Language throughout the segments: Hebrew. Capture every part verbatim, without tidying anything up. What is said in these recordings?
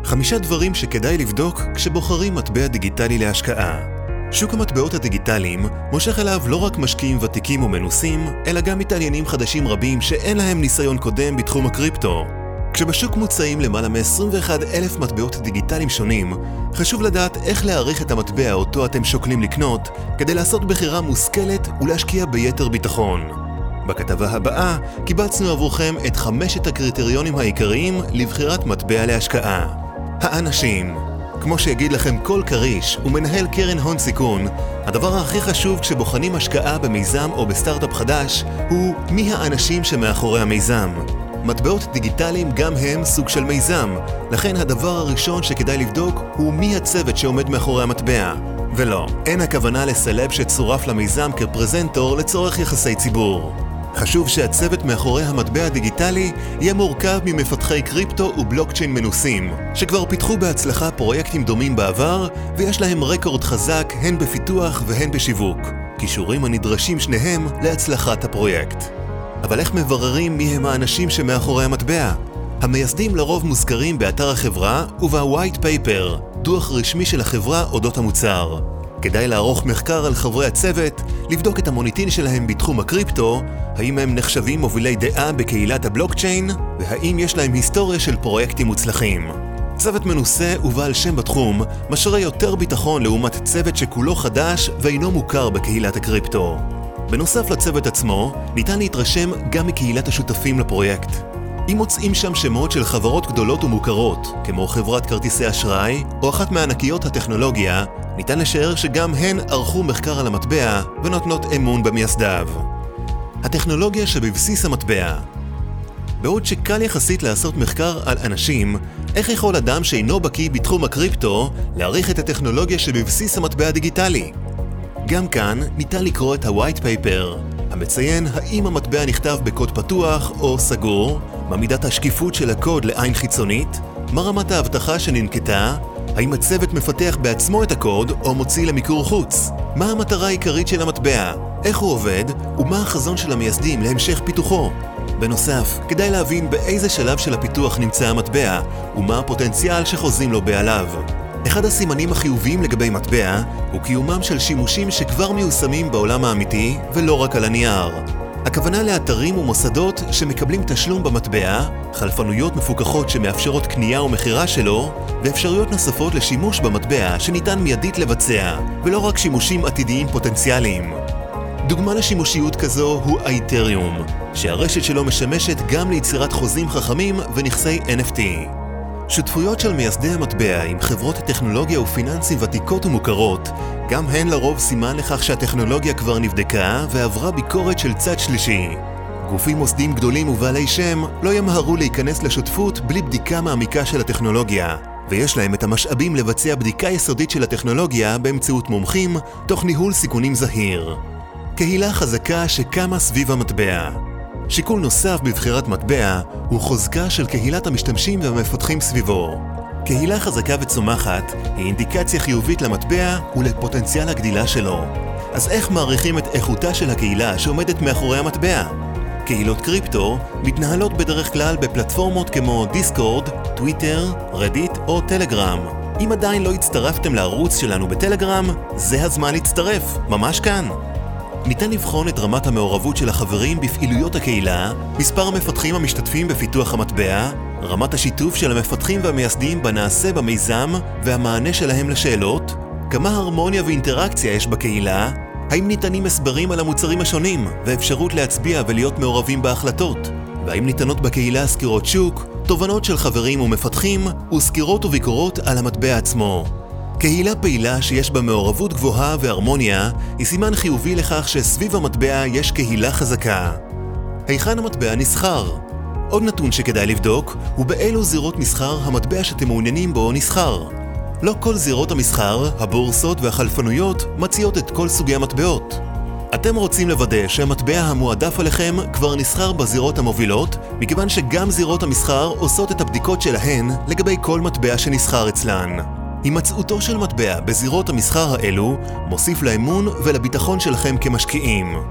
חמישה דברים שכדאי לבדוק כשבוחרים מטבע דיגיטלי להשקעה. שוק המטבעות הדיגיטליים מושך אליו לא רק משקיעים ותיקים ומנוסים, אלא גם מתעניינים חדשים רבים שאין להם ניסיון קודם בתחום הקריפטו. כשבשוק מוצאים למעלה מ-עשרים ואחד אלף מטבעות דיגיטליים שונים, חשוב לדעת איך להעריך את המטבע אותו אתם שוקלים לקנות, כדי לעשות בחירה מושכלת ולהשקיע ביתר ביטחון. בכתבה הבאה קיבצנו עבורכם את חמשת הקריטריונים העיקריים לבחירת מטבע להשקעה. האנשים. כמו שיגיד לכם כל קריש ומנהל קרן הון סיכון, הדבר הכי חשוב כשבוחנים השקעה במיזם או בסטארט-אפ חדש הוא מי האנשים שמאחורי המיזם. מטבעות דיגיטליים גם הם סוג של מיזם, לכן הדבר הראשון שכדאי לבדוק הוא מי הצוות שעומד מאחורי המטבע. ולא, אין הכוונה לסלב שצורף למיזם כפרזנטור לצורך יחסי ציבור. חשוב שהצוות מאחורי המטבע הדיגיטלי יהיה מורכב ממפתחי קריפטו ובלוקצ'יין מנוסים, שכבר פיתחו בהצלחה פרויקטים דומים בעבר, ויש להם רקורד חזק הן בפיתוח והן בשיווק. כישורים הנדרשים שניהם להצלחת הפרויקט. אבל איך מבררים מי הם האנשים שמאחורי המטבע? המייסדים לרוב מוזכרים באתר החברה וב-White Paper, דוח רשמי של החברה אודות המוצר. כדאי לערוך מחקר על חברי הצוות, לבדוק את המוניטין שלהם בתחום הקריפטו, האם הם נחשבים מובילי דעה בקהילת הבלוקצ'יין, והאם יש להם היסטוריה של פרויקטים מוצלחים. צוות מנוסה ובעל שם בתחום משרה יותר ביטחון לעומת צוות שכולו חדש ואינו מוכר בקהילת הקריפטו. בנוסף לצוות עצמו, ניתן להתרשם גם מקהילת השותפים לפרויקט. אם מוצאים שם שמות של חברות גדולות ומוכרות, כמו חברת כרטיסי אשראי או אחת מענקיות הטכנולוגיה, ניתן לשער שגם הן ערכו מחקר על המטבע ונותנות אמון במייסדיו. הטכנולוגיה שבבסיס המטבע. בעוד שקל יחסית לעשות מחקר על אנשים, איך יכול אדם שאינו בקיא בתחום הקריפטו להעריך את הטכנולוגיה שבבסיס המטבע הדיגיטלי? גם כאן ניתן לקרוא את ה-White Paper, המציין האם המטבע נכתב בקוד פתוח או סגור, מה מידת השקיפות של הקוד לעין חיצונית, מה רמת האבטחה שננקטה, האם הצוות מפתח בעצמו את הקוד או מוציא למיקור חוץ, מה המטרה העיקרית של המטבע, איך הוא עובד ומה החזון של המייסדים להמשך פיתוחו. בנוסף, כדאי להבין באיזה שלב של הפיתוח נמצא המטבע ומה הפוטנציאל שחוזים לו בעליו. אחד הסימנים החיוביים לגבי מטבע הוא קיומם של שימושים שכבר מיושמים בעולם האמיתי ולא רק על הנייר. הכוונה לאתרים ומוסדות שמקבלים תשלום במטבע, חלפנויות מפוקחות שמאפשרות קנייה ומחירה שלו, ואפשרויות נוספות לשימוש במטבע שניתן מיידית לבצע, ולא רק שימושים עתידיים פוטנציאליים. דוגמה לשימושיות כזו הוא אייתריום, שהרשת שלו משמשת גם ליצירת חוזים חכמים ונכסי אן אף טי. שותפויות של מייסדי המטבע עם חברות טכנולוגיה ופיננסים ותיקות ומוכרות, גם הן לרוב סימן לכך שהטכנולוגיה כבר נבדקה ועברה ביקורת של צד שלישי. גופים מוסדיים גדולים ובעלי שם לא ימהרו להיכנס לשותפות בלי בדיקה מעמיקה של הטכנולוגיה, ויש להם את המשאבים לבצע בדיקה יסודית של הטכנולוגיה באמצעות מומחים, תוך ניהול סיכונים זהיר. קהילה חזקה שקמה סביב המטבע. שיקול נוסף בבחירת מטבע הוא חוזקה של קהילת המשתמשים והמפתחים סביבו. קהילה חזקה וצומחת היא אינדיקציה חיובית למטבע ולפוטנציאל הגדילה שלו. אז איך מעריכים את איכותה של הקהילה שעומדת מאחורי המטבע? קהילות קריפטו מתנהלות בדרך כלל בפלטפורמות כמו דיסקורד, טוויטר, רדיט או טלגרם. אם עדיין לא הצטרפתם לערוץ שלנו בטלגרם, זה הזמן להצטרף, ממש כאן. ניתן לבחון את רמת המעורבות של החברים בפעילויות הקהילה, מספר המפתחים המשתתפים בפיתוח המטבע, רמת השיתוף של המפתחים והמייסדים בנעשה במיזם והמענה שלהם לשאלות, כמה הרמוניה ואינטראקציה יש בקהילה, האם ניתנים הסברים על המוצרים השונים ואפשרות להצביע ולהיות מעורבים בהחלטות, והאם ניתנות בקהילה סקירות שוק, תובנות של חברים ומפתחים וסקירות וביקורות על המטבע עצמו. קהילה פעילה שיש בה מעורבות גבוהה והרמוניה היא סימן חיובי לכך שסביב המטבע יש קהילה חזקה. היכן המטבע נסחר? עוד נתון שכדאי לבדוק הוא באילו זירות מסחר המטבע שאתם מעוניינים בו נסחר. לא כל זירות המסחר, הבורסות והחלפנויות מציעות את כל סוגי המטבעות. אתם רוצים לוודא שהמטבע המועדף עליכם כבר נסחר בזירות המובילות, מכיוון שגם זירות המסחר עושות את הבדיקות שלהן לגבי כל מטבע שנסחר אצלן. הימצאותו של מטבע בזירות המסחר האלו מוסיף לאמון ולביטחון שלכם כמשקיעים.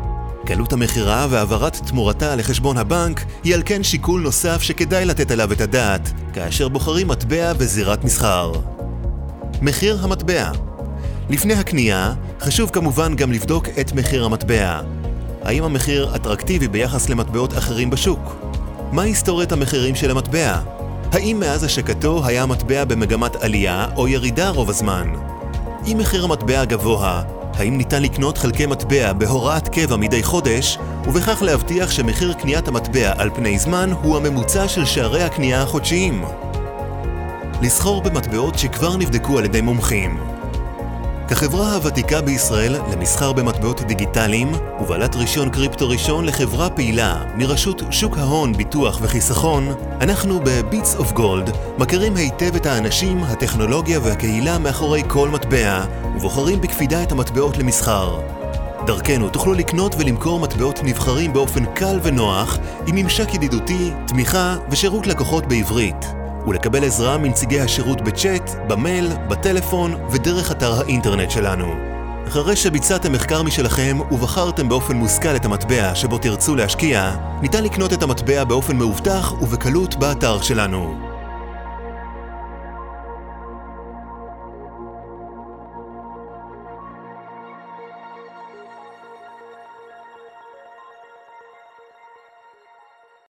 קלות המחירה והעברת תמורתה לחשבון הבנק היא על כן שיקול נוסף שכדאי לתת עליו את הדעת, כאשר בוחרים מטבע בזירת מסחר. מחיר המטבע. לפני הקנייה, חשוב כמובן גם לבדוק את מחיר המטבע. האם המחיר אטרקטיבי ביחס למטבעות אחרים בשוק? מה היסטוריית המחירים של המטבע? האם מאז השקתו היה המטבע במגמת עלייה או ירידה רוב הזמן? אם מחיר המטבע גבוה, האם ניתן לקנות חלקי מטבע בהוראת קבע מדי חודש, ובכך להבטיח שמחיר קניית המטבע על פני זמן הוא הממוצע של שערי הקנייה החודשיים? לסחור במטבעות שכבר נבדקו על ידי מומחים. כחברה הוותיקה בישראל למסחר במטבעות דיגיטליים ובעלת רישיון קריפטו ראשון לחברה פעילה מרשות שוק ההון, ביטוח וחיסכון, אנחנו ב-Bits of Gold מכירים היטב את האנשים, הטכנולוגיה והקהילה מאחורי כל מטבע ובוחרים בקפידה את המטבעות למסחר. דרכנו תוכלו לקנות ולמכור מטבעות נבחרים באופן קל ונוח עם ממשק ידידותי, תמיכה ושירות לקוחות בעברית. ולקבל עזרה מנציגי השירות בצ'אט, במייל, בטלפון ודרך אתר האינטרנט שלנו. אחרי שביצעתם מחקר משלכם ובחרתם באופן מושכל את המטבע שבו תרצו להשקיע, ניתן לקנות את המטבע באופן מאובטח ובקלות באתר שלנו.